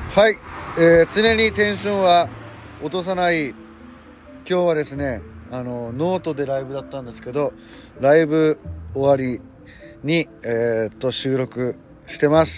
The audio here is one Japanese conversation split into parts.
はい、常にテンションは落とさない。今日はですねノートでライブだったんですけど、ライブ終わりに、収録してます。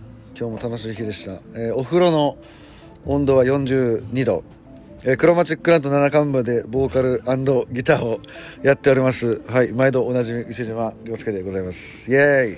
今日も楽しい日でした。お風呂の温度は42度、クロマチックランド七冠馬でボーカル&ギターをやっております。はい、毎度おなじみ牛島亮介でございます。イエーイ。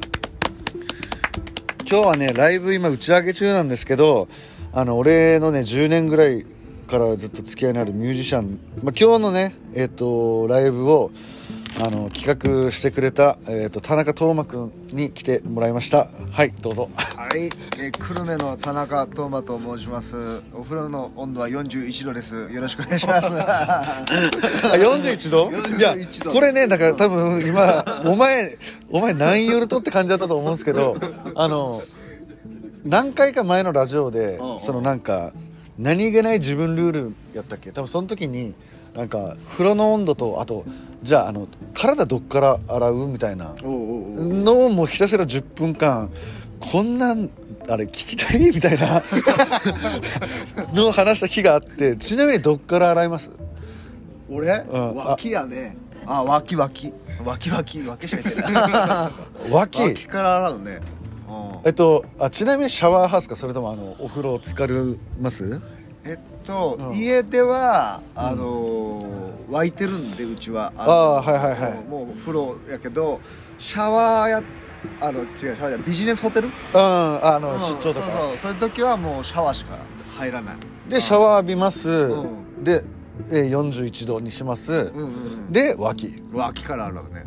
今日はねライブ今打ち上げ中なんですけど、俺のね10年ぐらいからずっと付き合いのあるミュージシャン、今日のねライブを企画してくれた、田中斗真くんに来てもらいました。はい、どうぞ。 はい、久留米の田中斗真と申します。お風呂の温度は41度です。よろしくお願いします。 41度 41 いや度これね、だから多分今お前何夜とって感じだったと思うんですけど、何回か前のラジオでそのなんか何気ない自分ルールやったっけ、多分その時になんか風呂の温度と、あとじゃあ体どっから洗うみたいなのをもうひたすら10分間こんなんあれ聞きたいみたいなのを話した日があって、ちなみにどっから洗います？ 俺、脇やね。脇しか言ってない脇から洗うね。 ちなみにシャワー派ですか、それともお風呂浸かります？ 家では沸いてるんで、うちはもう風呂やけど、シャワーやシャワーやビジネスホテル、出張とか、そういう時はもうシャワーしか入らないで、シャワー浴びます、で41度にします、で脇から洗うね。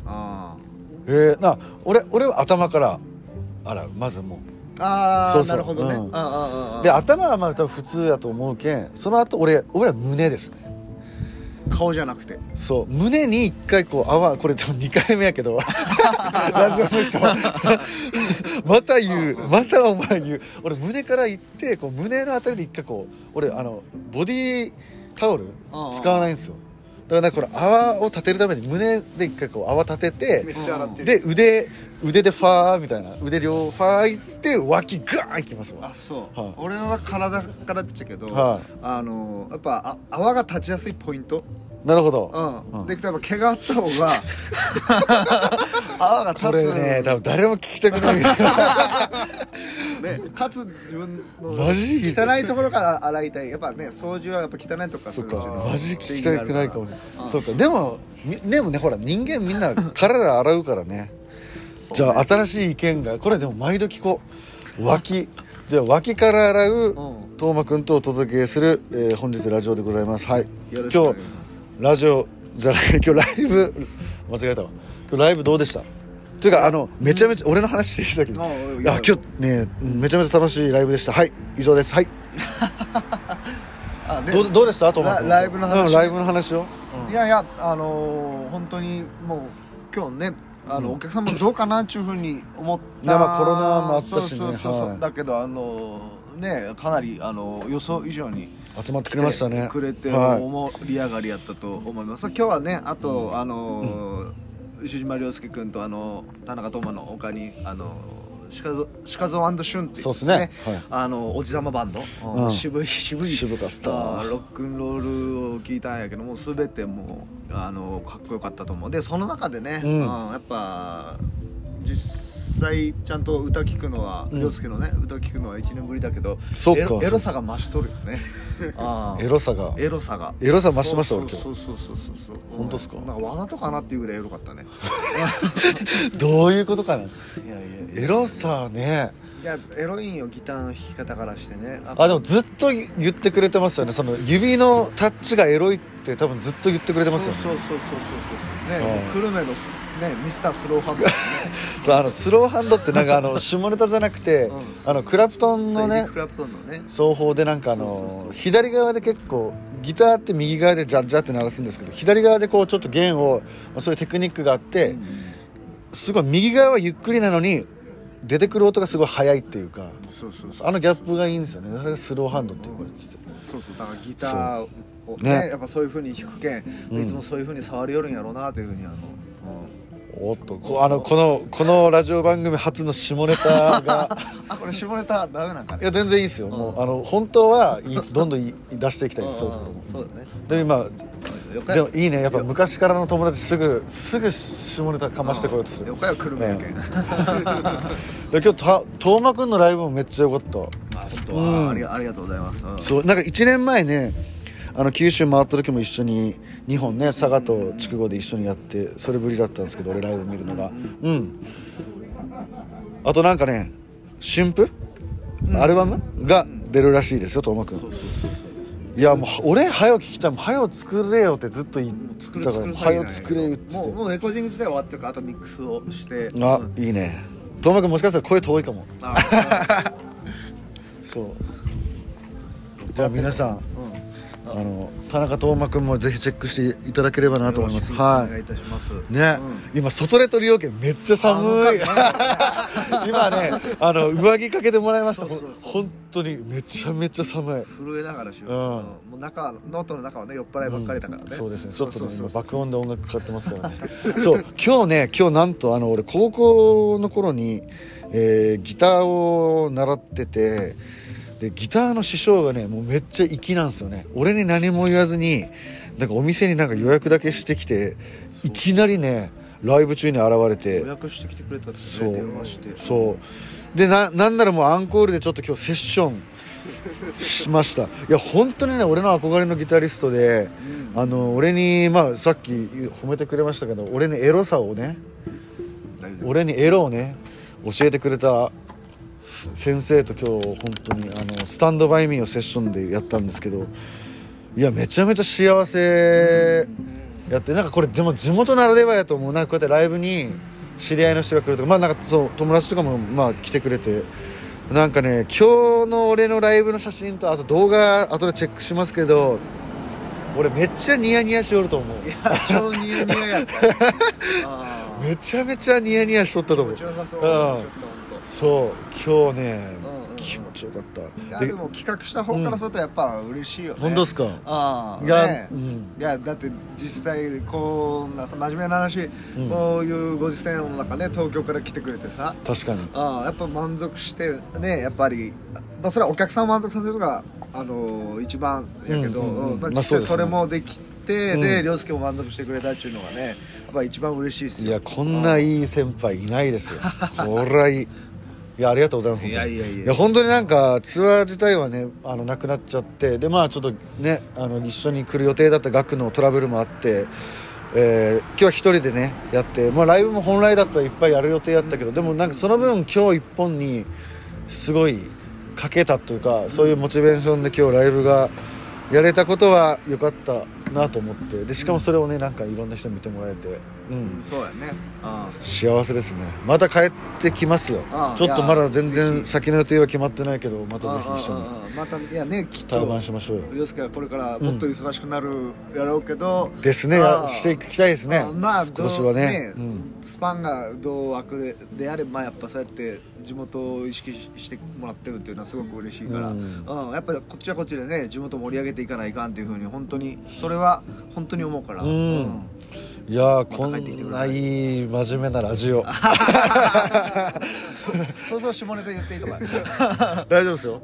俺は頭から洗う、まずもう。 なるほどね。 で頭はまあ多分普通やと思うけん、その後俺は胸ですね。 顔じゃなくて、 そう、胸に一回こう泡、これ多分2回目やけどラジオの人またお前言う。俺胸から行って、こう胸のあたりで一回こう、俺ボディタオル使わないんですよ。だからこれ泡を立てるために胸で一回こう泡立てて、 めっちゃ洗ってる。 で腕でファーみたいな、腕両ファーいって脇ガーンいきますわ。 そう、俺は体からって言っちゃうけど、やっぱ泡が立ちやすいポイント。 なるほど。 できたら毛があった方が泡が立つ。 これね多分誰も聞きたくないね、かつ自分のマジ汚いところから洗いたい。やっぱね、掃除はやっぱ汚いとこからする。 マジ聞きたくないかもね。そうか。でもね、ほら人間みんな体洗うからね。じゃあ新しい意見が、これでも毎度聞こう。じゃあ脇から洗う斗真くんとお届けする、本日ラジオでございます。はい。今日ラジオじゃない、今日ライブ間違えたわ。今日ライブどうでした？というかめちゃめちゃ俺の話してきたけど、今日ねめちゃめちゃ楽しいライブでした。はい、以上です。はい。どうでした？ ライブの話を。 いや本当にもう今日ね、お客さんもどうかなっていうふうに思った。 コロナもあったしね。 だけどね、かなり予想以上に集まってくれましたね。 盛り上がりやったと思います。今日はね、あと牛島亮介君と田中斗真の他にシカゾ&シュンっていうですね、おじさまバンド、渋かったロックンロールを聞いたんやけども、全てもうかっこよかったと思う。でその中でね、やっぱ実際ちゃんと歌聞くのは、亮介のね歌聞くのは1年ぶりだけど、エロさが増しとるよね。 エロさ増しました。 そう本当ですか？ なんかわざとかなっていうぐらいエロかったね。 どういうことかな。エロさね。 いや、エロいんよ、ギターの弾き方からしてね。 でもずっと言ってくれてますよね。その指のタッチがエロいって多分ずっと言ってくれてますよね。 そうね、久留米のねミスタースローハンド、ね、 そうスローハンドってなんか下ネタじゃなくて、クラプトンのね奏法でなんか左側で結構ギターって右側でジャッジャって鳴らすんですけど、左側でこうちょっと弦を、そういうテクニックがあって、すごい右側はゆっくりなのに出てくる音がすごい速いっていうか、ギャップがいいんですよね。それがスローハンドって言われてて、 だからギターをねやっぱそういう風に弾くけん、いつもそういう風に触りよるんやろうなという風におっとこのラジオ番組初の下ネタがこれ下ネタダメなんかね。 いや全然いいですよ、もう本当はどんどん出していきたいです、そういうところも。 そうだね。 で今でもいいね、やっぱ昔からの友達すぐ下ネタかましてこようとする。 よかよくるめやけん。 で今日東馬くんのライブもめっちゃ良かった。 本当はありがとうございます。 そうなんか1年前ね九州回った時も一緒に2本ね佐賀と筑後で一緒にやって、それぶりだったんですけど俺ライブ見るのがあとなんかね新譜、アルバムが出るらしいですよ東馬くん。いやもう俺早起き聞きたい、早起作れよってずっと言ってたから早起作れよってもうレコーディング自体は終わってるからあとミックスをしていいね。東馬くんもしかしたら声遠いかも。そうじゃあ皆さん田中東馬くんもぜひチェックしていただければなと思います。 はい、お願いいたします。 ね、今外レト利用券めっちゃ寒い。今ね上着かけてもらいました。本当にめちゃめちゃ寒い。 震えながらしよう。もうノートの中はね酔っ払いばっかりだからね。 そうですね。ちょっとね今爆音で音楽かかってますからね。そう今日なんと俺高校の頃にギターを習ってて。でギターの師匠がねもうめっちゃ粋なんですよね。俺に何も言わずになんかお店になんか予約だけしてきていきなりねライブ中に現れて予約してきてくれたってね電話して。 そうでなんならもうアンコールでちょっと今日セッションしました。いや本当にね俺の憧れのギタリストで、俺にさっき褒めてくれましたけど俺にエロをね教えてくれた先生と今日本当にスタンドバイミーをセッションでやったんですけど、いやめちゃめちゃ幸せやって、なんかこれでも地元ならではやと思う。なんかこうやってライブに知り合いの人が来るとかなんかそう友達とかも来てくれて、なんかね今日の俺のライブの写真とあと動画後でチェックしますけど俺めっちゃニヤニヤしおると思う。 いや超ニヤニヤやっためちゃめちゃニヤニヤしとったと思う。 気持ちよさそうそう今日ね、気持ちよかった。 いやでも企画した方からするとやっぱ嬉しいよね。 本当ですか。 いやだって実際こんなさ真面目な話、こういうご時世の中ね東京から来てくれてさ、 確かにやっぱ満足してね、やっぱりそれはお客さんを満足させるのが一番やけど、実際それもできてで涼介も満足してくれたっていうのがねやっぱ一番嬉しいですよ。 いやこんないい先輩いないですよ。これはいい。いやありがとうございます。いや本当になんかツアー自体はねなくなっちゃってでちょっとね一緒に来る予定だった額のトラブルもあって、今日は一人でねやって、ライブも本来だったらいっぱいやる予定やったけど、でもなんかその分今日一本にすごいかけたというか、そういうモチベーションで今日ライブがやれたことは良かったなと思って、でしかもそれをねなんかいろんな人に見てもらえて、 そうやね、 幸せですね。また帰ってきますよ。ちょっとまだ全然先の予定は決まってないけど、またぜひ一緒にまたいやねきっと対バンしましょうよ。 涼介はこれからもっと忙しくなるやろうけど、 ですね、していきたいですね。今年はねスパンがどう空くであればやっぱそうやって地元を意識してもらってるっていうのはすごく嬉しいから、やっぱりこっちはこっちでね地元盛り上げていかないかんっていうふうに本当にそれは本当に思うから、 いやこんないい真面目なラジオそう下ネタ言っていいとか大丈夫ですよ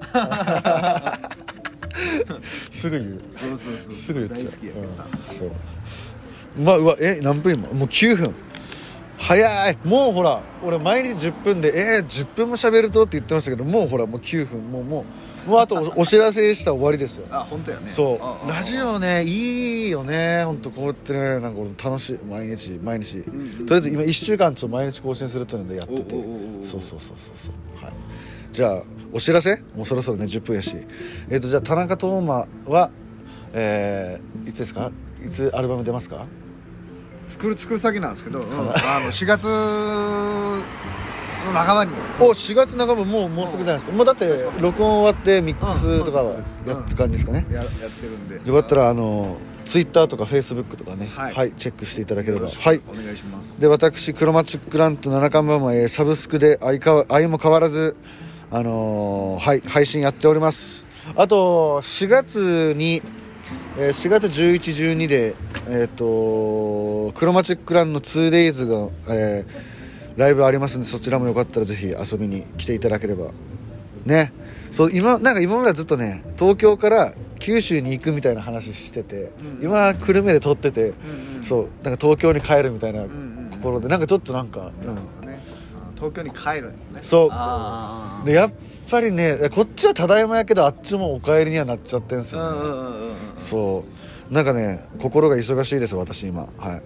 すぐ言うすぐ言っちゃう。そう何分今もう9分早い。もうほら俺毎日10分で10分も喋るとって言ってましたけど、もうほらもう9分もうあとお知らせしたら終わりですよ。 本当やね。 そうラジオねいいよね本当。こうやってねなんか俺楽しい毎日、とりあえず今1週間ちょっと毎日更新するっていうのでやってて、そうはい。じゃあお知らせもうそろそろね10分やし、じゃあ田中斗真は、いつですか、いつアルバム出ますか。 作る先なんですけど、4月の半ばに 4月半ばもうすぐじゃないですか。もうだって録音終わってミックスとかやって感じですかね。 やってるんで、 よかったらツイッターとかフェイスブックとかね、はいチェックしていただければ、はいお願いします。 で私クロマチックラント7巻版も、サブスクで相も変わらず配信やっております。あと4月に 4月11、12でクロマチックランの 2days が、ライブありますんで、そちらもよかったらぜひ遊びに来ていただければね。そうなんか今まではずっとね東京から九州に行くみたいな話してて、今久留米で撮ってて、そうなんか東京に帰るみたいな心で、なんかちょっとなんか、 東京に帰るね。 そうでやっぱりねこっちはただいまやけどあっちもお帰りにはなっちゃってんすよね。そうなんかね心が忙しいです私今。はい、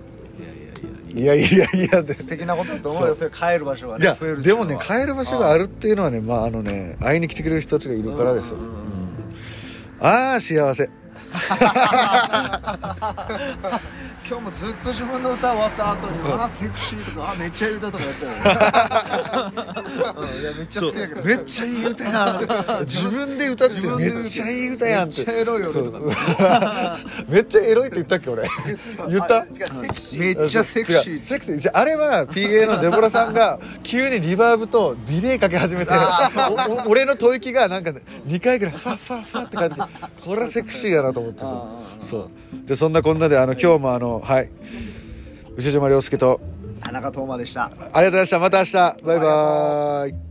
いや素敵なことだと思うよ。それ帰る場所がね増える。 でもね帰る場所があるっていうのはね、会いに来てくれる人たちがいるからですよ。ああ幸せ。 今日もずっと自分の歌終わった後にセクシーとかめっちゃいい歌とかやったよ。いやめっちゃ好きやけどめっちゃいい歌やん自分で歌ってめっちゃいい歌やんって。 めっちゃエロいよとかめっちゃエロいって言ったっけ俺。言った？ めっちゃセクシー。 セクシー。じゃあれは PA のデボラさんが急にリバーブとディレイかけ始めて俺の吐息がなんか2回ぐらいファッファッファって書いてこれはセクシーやなと思ってさ。そうでそんなこんなで今日もはい牛島亮介と田中斗真でした。 ありがとうございました。また明日バイバーイ。